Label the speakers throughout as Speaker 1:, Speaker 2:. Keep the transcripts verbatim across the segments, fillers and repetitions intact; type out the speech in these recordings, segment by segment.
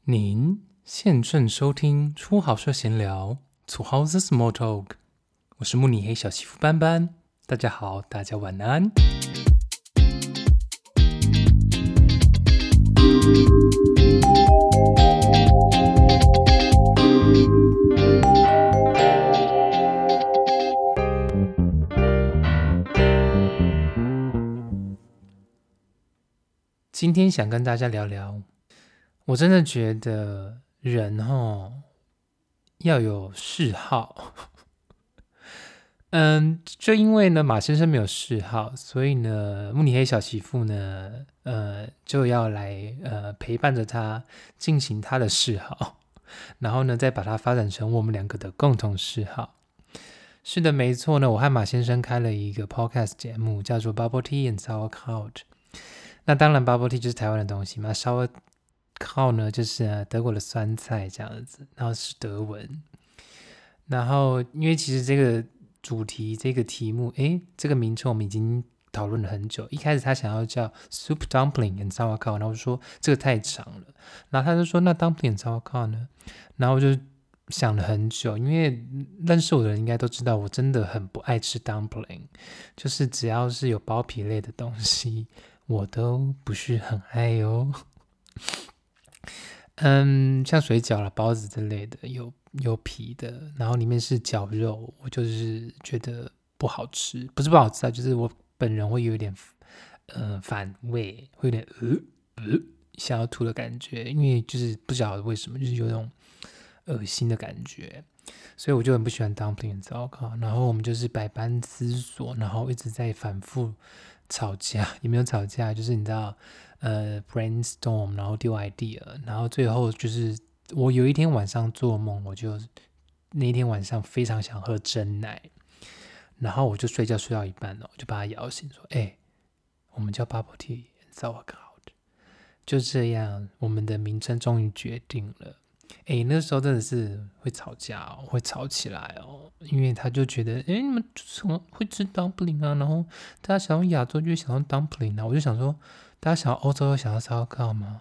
Speaker 1: 您现正收听初好社闲聊 To House Small Talk， 我是慕尼黑小媳妇斑斑，大家好，大家晚安。今天想跟大家聊聊，我真的觉得人齁要有嗜好。嗯，就因为呢马先生没有嗜好，所以呢慕尼黑小媳妇呢，呃，就要来呃陪伴着他进行他的嗜好，然后呢再把它发展成我们两个的共同嗜好。是的，没错呢，我和马先生开了一个 podcast 节目，叫做 Bubble Tea and Sauerkraut。那当然 ，bubble tea 就是台湾的东西嘛，sauerkraut 呢就是、啊、德国的酸菜这样子，然后是德文。然后，因为其实这个主题、这个题目，诶，这个名称我们已经讨论了很久。一开始他想要叫 soup dumpling and sauerkraut， 然后我说这个太长了，然后他就说那 dumpling and sauerkraut 呢？然后我就想了很久，因为认识我的人应该都知道，我真的很不爱吃 dumpling， 就是只要是有包皮类的东西。我都不是很爱哦。嗯，像水饺啦、包子之类的，有有皮的，然后里面是绞肉，我就是觉得不好吃，不是不好吃啊，就是我本人会有一点呃反胃，会有点呃呃想要吐的感觉，因为就是不晓得为什么，就是有种恶心的感觉，所以我就很不喜欢 dumpling 糟糕。然后我们就是百般思索，然后一直在反复吵架，也没有吵架，就是你知道，呃 brainstorm， 然后丢 idea， 然后最后就是我有一天晚上做梦，我就那一天晚上非常想喝真奶，然后我就睡觉睡到一半了，我就把他摇醒说：“哎、欸，我们叫 bubble tea and sauerkraut。”就这样，我们的名称终于决定了。哎，那时候真的是会吵架哦，会吵起来哦，因为他就觉得，哎，你们怎么会吃 dumpling 啊？然后大家想要亚洲就想要 dumpling 啊，我就想说，大家想要欧洲想要烧烤吗？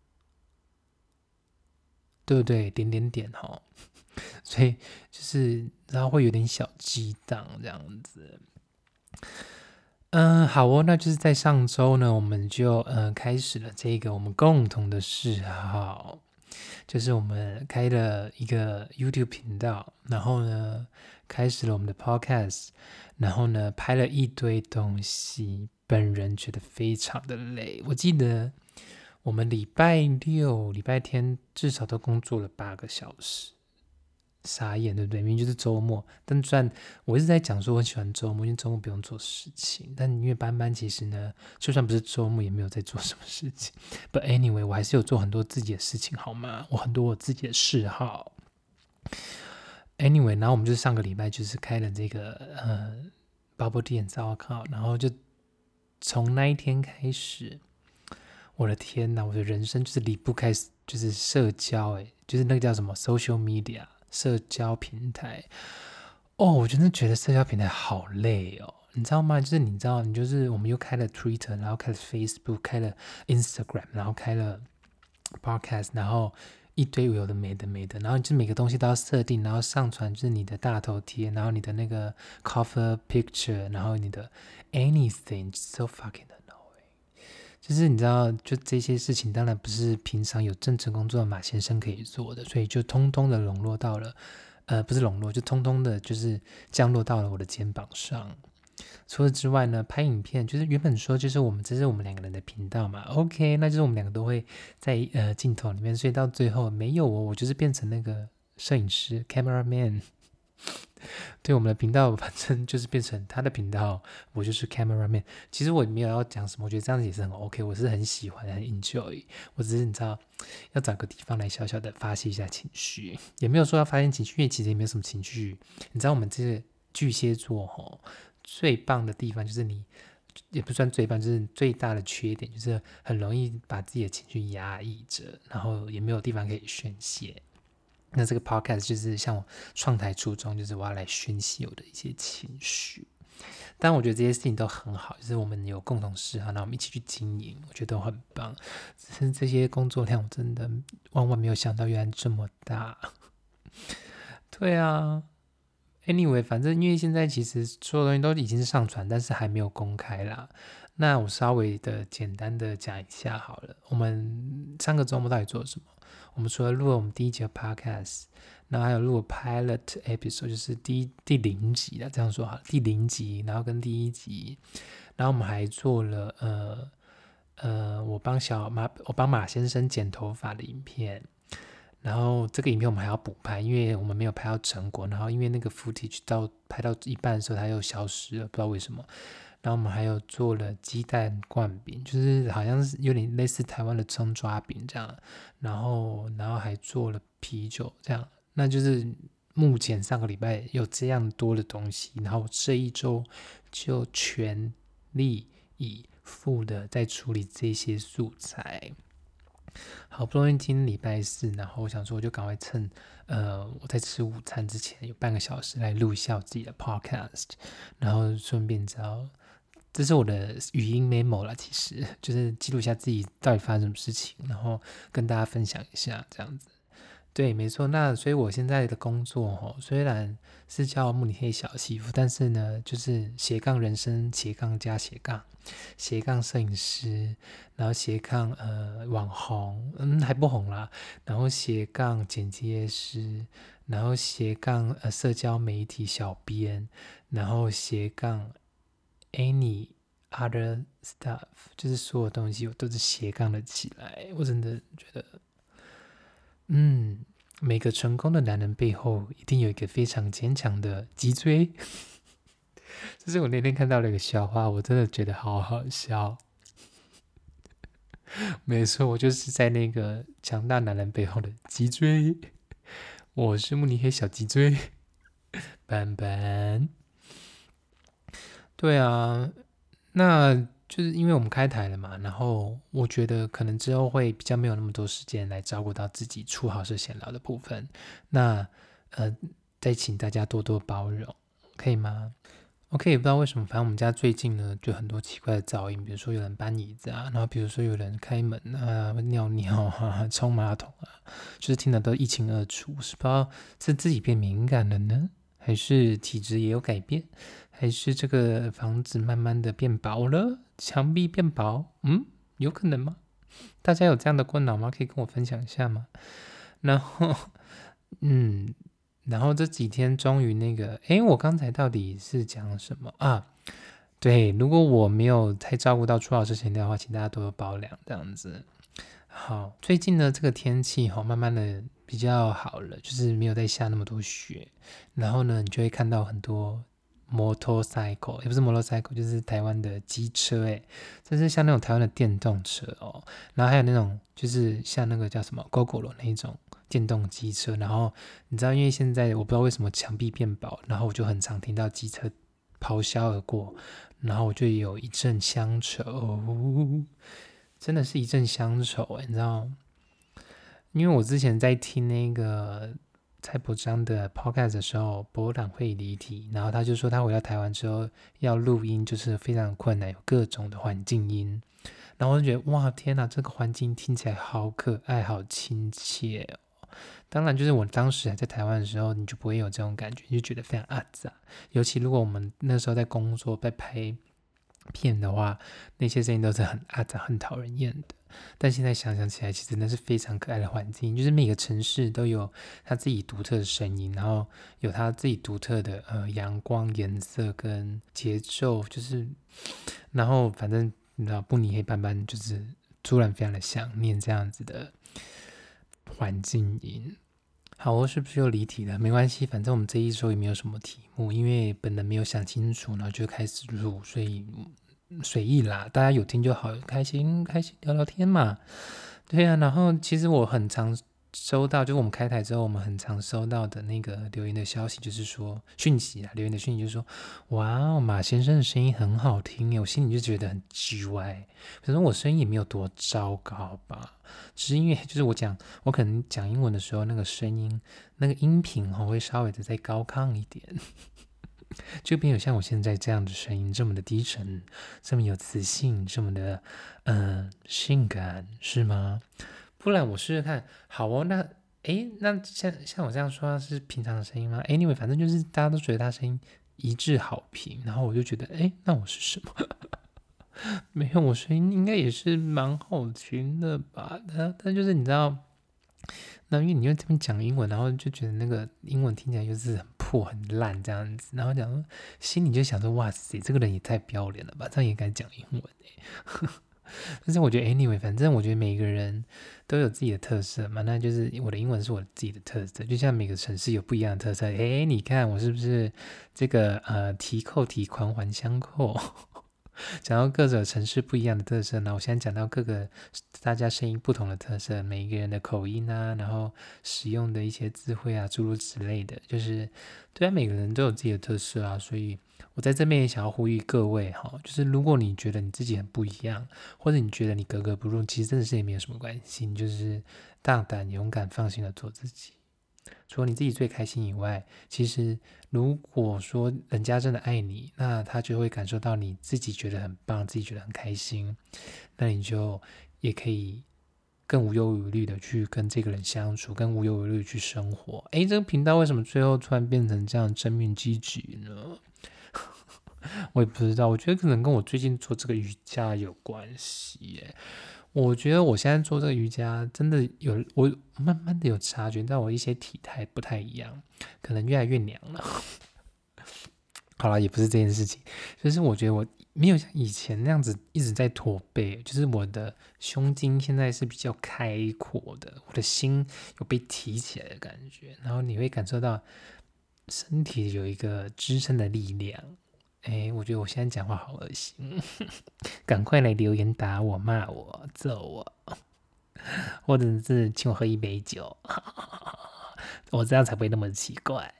Speaker 1: 对不对？点点点哈、哦，所以就是然后会有点小激荡这样子。嗯，好哦，那就是在上周呢，我们就嗯开始了这个我们共同的嗜好。就是我们开了一个 YouTube 频道，然后呢，开始了我们的 Podcast， 然后呢，拍了一堆东西，本人觉得非常的累。我记得我们礼拜六、礼拜天至少都工作了八个小时，傻眼，对不对？明明就是周末，但虽然我一直在讲说我很喜欢周末，因为周末不用做事情，但因为班班其实呢，就算不是周末，也没有在做什么事情。But anyway， 我还是有做很多自己的事情，好吗？我很多我自己的嗜好。Anyway， 然后我们就上个礼拜就是开了这个呃 Bubble Tea and Sauerkraut，然后就从那一天开始，我的天哪，我的人生就是离不开就是社交，哎，就是那个叫什么 social media。社交平台哦，我真的觉得社交平台好累哦，你知道吗？就是你知道，你就是我们又开了 Twitter， 然后开了 Facebook， 开了 Instagram， 然后开了 Podcast， 然后一堆有的没的没的，然后就每个东西都要设定，然后上传就是你的大头贴，然后你的那个 cover picture， 然后你的 anything so fucking annoying。就是你知道，就这些事情当然不是平常有正职工作的马先生可以做的，所以就通通的笼络到了，呃，不是笼络，就通通的就是降落到了我的肩膀上。除此之外呢，拍影片就是原本说就是我们这是我们两个人的频道嘛 ，OK， 那就是我们两个都会在呃镜头里面，所以到最后没有我，我就是变成那个摄影师 camera man。对我们的频道，反正就是变成他的频道，我就是 cameraman。其实我没有要讲什么，我觉得这样子也是很 OK， 我是很喜欢，很 enjoy。我只是你知道，要找个地方来小小的发泄一下情绪，也没有说要发泄情绪，因为其实也没有什么情绪。你知道我们这个巨蟹座吼，最棒的地方就是你，也不算最棒，就是最大的缺点就是很容易把自己的情绪压抑着，然后也没有地方可以宣泄。那这个 podcast 就是像我创台初衷，就是我要来宣泄我的一些情绪。 但我觉得这些事情都很好，就是我们有共同嗜好，那我们一起去经营，我觉得都很棒。只是这些工作量我真的万万没有想到，原来这么大。对啊，anyway，反正因为现在其实所有东西都已经上传，但是还没有公开啦。那我稍微的简单的讲一下好了。我们上个周末到底做了什么？我们除了录了我们第一集的 podcast， 然后还有录了 pilot episode， 就是第第零集啦，这样说好了，第零集，然后跟第一集，然后我们还做了呃呃，我帮小马我帮马先生剪头发的影片。然后这个影片我们还要补拍，因为我们没有拍到成果。然后因为那个 footage 到拍到一半的时候，它又消失了，不知道为什么。然后我们还有做了鸡蛋灌饼，就是好像是有点类似台湾的葱抓饼这样。然后，然后还做了啤酒这样。那就是目前上个礼拜有这样多的东西，然后这一周就全力以赴的在处理这些素材。好不容易今天礼拜四，然后我想说，我就赶快趁呃我在吃午餐之前有半个小时来录一下我自己的 podcast，然后顺便知道这是我的语音 memo 啦，其实就是记录一下自己到底发生什么事情，然后跟大家分享一下这样子。对，没错。那所以我现在的工作哦，虽然是叫慕尼黑小媳妇，但是呢，就是斜杠人生，斜杠加斜杠，斜杠摄影师，然后斜杠呃网红，嗯还不红啦，然后斜杠剪接师，然后斜杠呃社交媒体小编，然后斜杠 any other stuff，就是所有东西我都是斜杠了起来。我真的觉得。嗯，每个成功的男人背后一定有一个非常坚强的脊椎。这是我那天看到了一个笑话，我真的觉得好好笑。没错，我就是在那个强大男人背后的脊椎。我是慕尼黑小脊椎，斑斑。对啊，那就是因为我们开台了嘛，然后我觉得可能之后会比较没有那么多时间来照顾到自己出好事闲聊的部分，那呃，再请大家多多包容，可以吗？OK，也不知道为什么，反正我们家最近呢，就很多奇怪的噪音，比如说有人搬椅子啊，然后比如说有人开门啊、尿尿啊、冲马桶啊，就是听得都一清二楚。是不知道是自己变敏感了呢，还是体质也有改变，还是这个房子慢慢的变薄了，墙壁变薄？嗯，有可能吗？大家有这样的困扰吗？可以跟我分享一下吗？然后，嗯。然后这几天终于那个，诶，我刚才到底是讲什么啊？对，如果我没有太照顾到初老师闲聊的话，请大家多多包谅这样子。好，最近呢这个天气哈、哦，慢慢的比较好了，就是没有再下那么多雪，然后呢，你就会看到很多 motorcycle， 也不是 motorcycle，就是台湾的机车，诶，就是像那种台湾的电动车哦，然后还有那种就是像那个叫什么 Gogoro 那一种。电动机车，然后你知道，因为现在我不知道为什么墙壁变薄，然后我就很常听到机车咆哮而过，然后我就有一阵乡愁，真的是一阵乡愁欸，你知道？因为我之前在听那个蔡伯章的 podcast 的时候，博览会离题，然后他就说他回到台湾之后要录音，就是非常困难，有各种的环境音。然后我就觉得哇天哪，这个环境听起来好可爱，好亲切哦。当然，就是我当时还在台湾的时候，你就不会有这种感觉，你就觉得非常阿杂。尤其如果我们那时候在工作、在拍片的话，那些声音都是很阿杂、很讨人厌的。但现在想想起来，其实那是非常可爱的环境，就是每个城市都有它自己独特的声音，然后有它自己独特的呃阳光、颜色跟节奏，就是然后反正你知道，布尼黑斑斑就是突然非常的想念这样子的环境音。好，我是不是又离题了？没关系，反正我们这一周也没有什么题目，因为本人没有想清楚，然后就开始录，所以随意啦，大家有听就好，开心开心聊聊天嘛。对啊，然后其实我很常收到，就是我们开台之后，我们很常收到的那个留言的消息，就是说讯息啊，留言的讯息就是说，哇，马先生的声音很好听耶，我心里就觉得很叽歪。可是我声音也没有多糟糕吧，只是因为就是我讲，我可能讲英文的时候，那个声音那个音频哦会稍微的再高亢一点。 就没有像我现在这样的声音这么的低沉，这么有磁性，这么的嗯、呃性感，是吗？不然我试试看。好哦，那诶，那像像我这样说是平常的声音吗？Anyway，反正就是大家都觉得他声音一致好评，然后我就觉得，诶，那我是什么？没有，我声音应该也是蛮好听的吧？但但就是你知道，那因为你又这边讲英文，然后就觉得那个英文听起来就是很破很烂这样子，然后讲说心里就想说，哇塞，这个人也太不要脸了吧，这样也敢讲英文欸但是我觉得 anyway，反正我觉得每个人都有自己的特色嘛，那就是我的英文是我自己的特色，就像每个城市有不一样的特色。诶，你看我是不是这个呃提扣题环环相扣？讲到各种城市不一样的特色，那我现在讲到各个大家声音不同的特色，每一个人的口音啊，然后使用的一些词汇啊，诸如此类的，就是对啊，每个人都有自己的特色啊，所以我在这边也想要呼吁各位哈，就是如果你觉得你自己很不一样，或者你觉得你格格不入，其实真的是也没有什么关系，你就是大胆、勇敢、放心的做自己。除了你自己最开心以外，其实如果说人家真的爱你，那他就会感受到你自己觉得很棒，自己觉得很开心，那你就也可以更无忧无虑的去跟这个人相处，更无忧无虑的去生活。诶，这个频道为什么最后突然变成这样真命积极呢？我也不知道，我觉得可能跟我最近做这个瑜伽有关系耶。我觉得我现在做这个瑜伽真的有，我慢慢的有察觉到我一些体态不太一样，可能越来越娘了。好了，也不是这件事情，就是我觉得我没有像以前那样子一直在驼背，就是我的胸襟现在是比较开阔的，我的心有被提起来的感觉，然后你会感受到身体有一个支撑的力量。哎，我觉得我现在讲话好恶心，赶快来留言打我、骂我、揍我，或者是请我喝一杯酒，我这样才不会那么奇怪。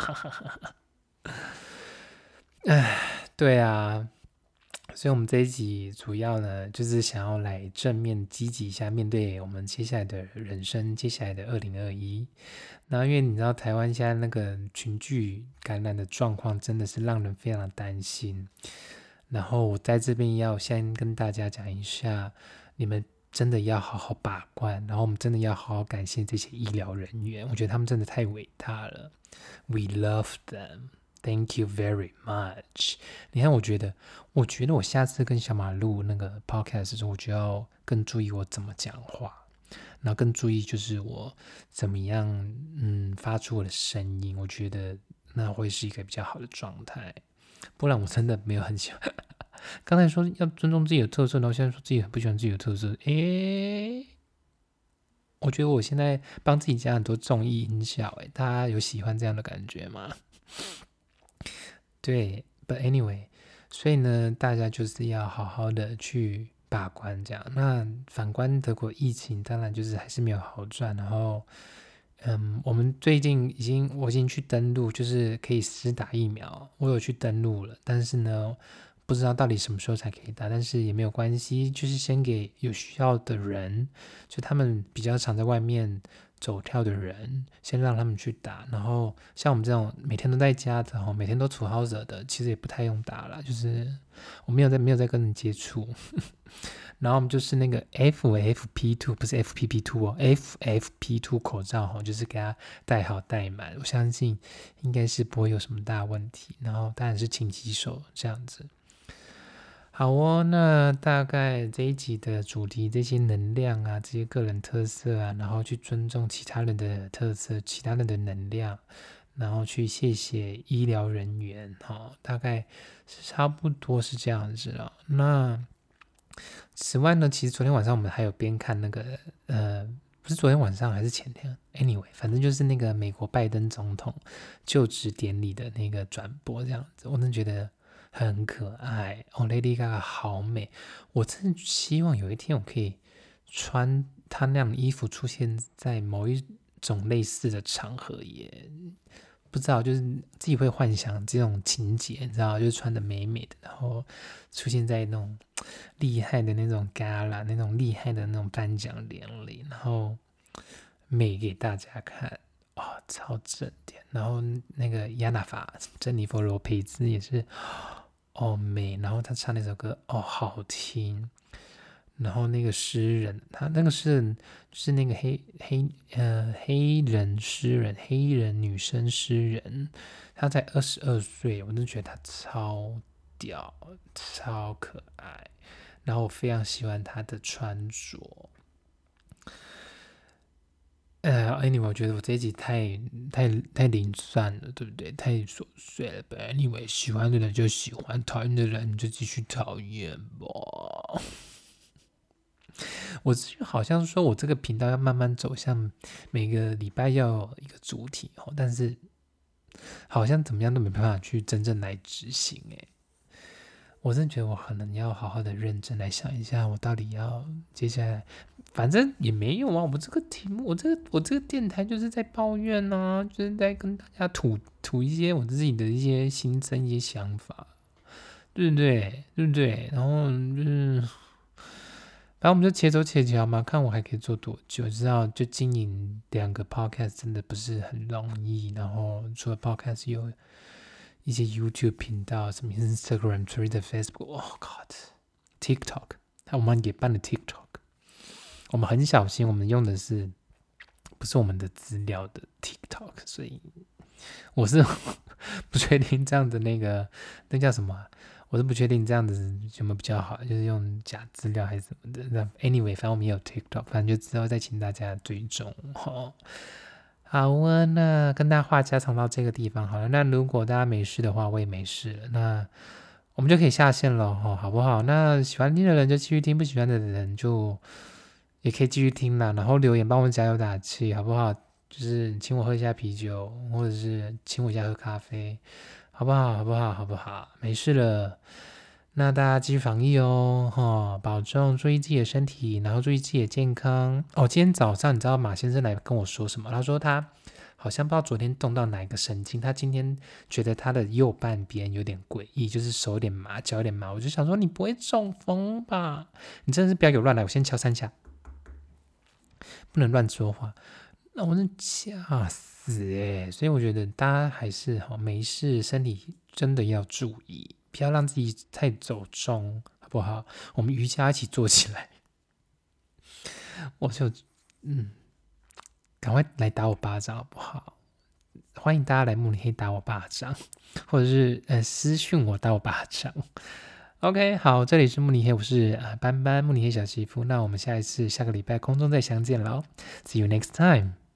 Speaker 1: 哎，对啊，所以我们这一集主要呢，就是想要来正面积极一下，面对我们接下来的人生，接下来的二零二一。然后因为你知道台湾现在那个群聚感染的状况真的是让人非常的担心。然后我在这边要先跟大家讲一下，你们真的要好好把关，然后我们真的要好好感谢这些医疗人员，我觉得他们真的太伟大了。We love them. Thank you very much. 你看，我觉得，我觉得我下次跟小马录那个 podcast 的时候，我就要更注意我怎么讲话，然后更注意就是我怎么样，嗯，发出我的声音。我觉得那会是一个比较好的状态。不然我真的没有很喜欢。刚才说要尊重自己的特色，然后现在说自己很不喜欢自己的特色，诶，我觉得我现在帮自己加很多综艺音效，诶，大家有喜欢这样的感觉吗？对，but anyway，所以呢，大家就是要好好的去把关这样。那反观德国疫情，当然就是还是没有好转。然后，嗯，我们最近已经我已经去登录，就是可以施打疫苗，我有去登录了。但是呢，不知道到底什么时候才可以打，但是也没有关系，就是先给有需要的人，就他们比较常在外面走跳的人，先让他们去打。然后像我们这种每天都在家的哈，每天都处好者的，其实也不太用打了，就是我没有在没有在跟人接触。然后我们就是那个 F F P 二 不是 F P P 二哦 ，F F P 二 口罩哈，就是给它戴好戴满，我相信应该是不会有什么大问题。然后当然是勤洗手这样子。好哦，那大概这一集的主题，这些能量啊，这些个人特色啊，然后去尊重其他人的特色，其他人的能量，然后去谢谢医疗人员，哈、哦，大概是差不多是这样子了。那此外呢，其实昨天晚上我们还有边看那个，呃，不是昨天晚上还是前天，anyway，反正就是那个美国拜登总统就职典礼的那个转播，这样子，我真的觉得。很可爱哦 ，Lady Gaga 好美，我真的希望有一天我可以穿她那样的衣服出现在某一种类似的场合耶。不知道，就是自己会幻想这种情节，你知道，就是穿的美美的，然后出现在那种厉害的那种 gala，那种厉害的那种颁奖典礼，然后美给大家看。哦， 超正点。然后那个亚娜法珍妮佛罗培兹也是哦美，然后他唱那首歌哦好听。然后那个诗人，他那个诗人就是那个黑黑呃黑人诗人，黑人女生诗人，她才二十二岁，我真的觉得她超屌，超可爱。然后我非常喜欢她的穿着。呃，anyway，我觉得我这一集太太太零散了，对不对？太琐碎了。But anyway，喜欢的人就喜欢，讨厌的人就继续讨厌吧。我好像说我这个频道要慢慢走向每个礼拜要有一个主题，但是好像怎么样都没办法去真正来执行欸。我真的觉得我可能要好好的认真来想一下，我到底要接下来，反正也没有啊。我这个题目，我这个我这个电台就是在抱怨啊，就是在跟大家吐吐一些我自己的一些心声、一些想法，对不对？对不对？然后就是。反正我们就且走且瞧嘛，看我还可以做多久。知道就经营两个 podcast 真的不是很容易，然后除了 podcast 有一些 YouTube 频道，什么 Instagram、Twitter、Facebook， oh God，TikTok， 还有我们也办了 TikTok。我们很小心，我们用的是不是我们的资料的 TikTok， 所以我是不确定这样的那个那叫什么、啊。我是不确定这样子有没有比较好，就是用假资料还是什么的。那 anyway， 反正我们也有 TikTok， 反正就之后再请大家追踪哦。好啊，那跟大家话家常到这个地方好了。那如果大家没事的话，我也没事了，那我们就可以下线了哦，好不好？那喜欢听的人就继续听，不喜欢的人就也可以继续听啦。然后留言帮我加油打气，好不好？就是请我喝一下啤酒，或者是请我一下喝咖啡。好不好？好不好？好不好？没事了。那大家继续防疫哦，哈，保重，注意自己的身体，然后注意自己的健康。哦，今天早上你知道马先生来跟我说什么？他说他好像不知道昨天动到哪一个神经，他今天觉得他的右半边有点诡异，就是手有点麻，脚有点麻。我就想说，你不会中风吧？你真的是不要给我乱来，我先敲三下，不能乱说话。那我真的吓死哎、欸！所以我觉得大家还是哈没事，身体真的要注意，不要让自己太走中，好不好？我们瑜伽一起做起来。我就嗯，赶快来打我巴掌好不好？欢迎大家来慕尼黑打我巴掌，或者是呃私讯我打我巴掌。OK， 好，这里是慕尼黑，我是啊班班慕尼黑小媳妇。那我们下一次下个礼拜空中再相见喽 ，See you next time。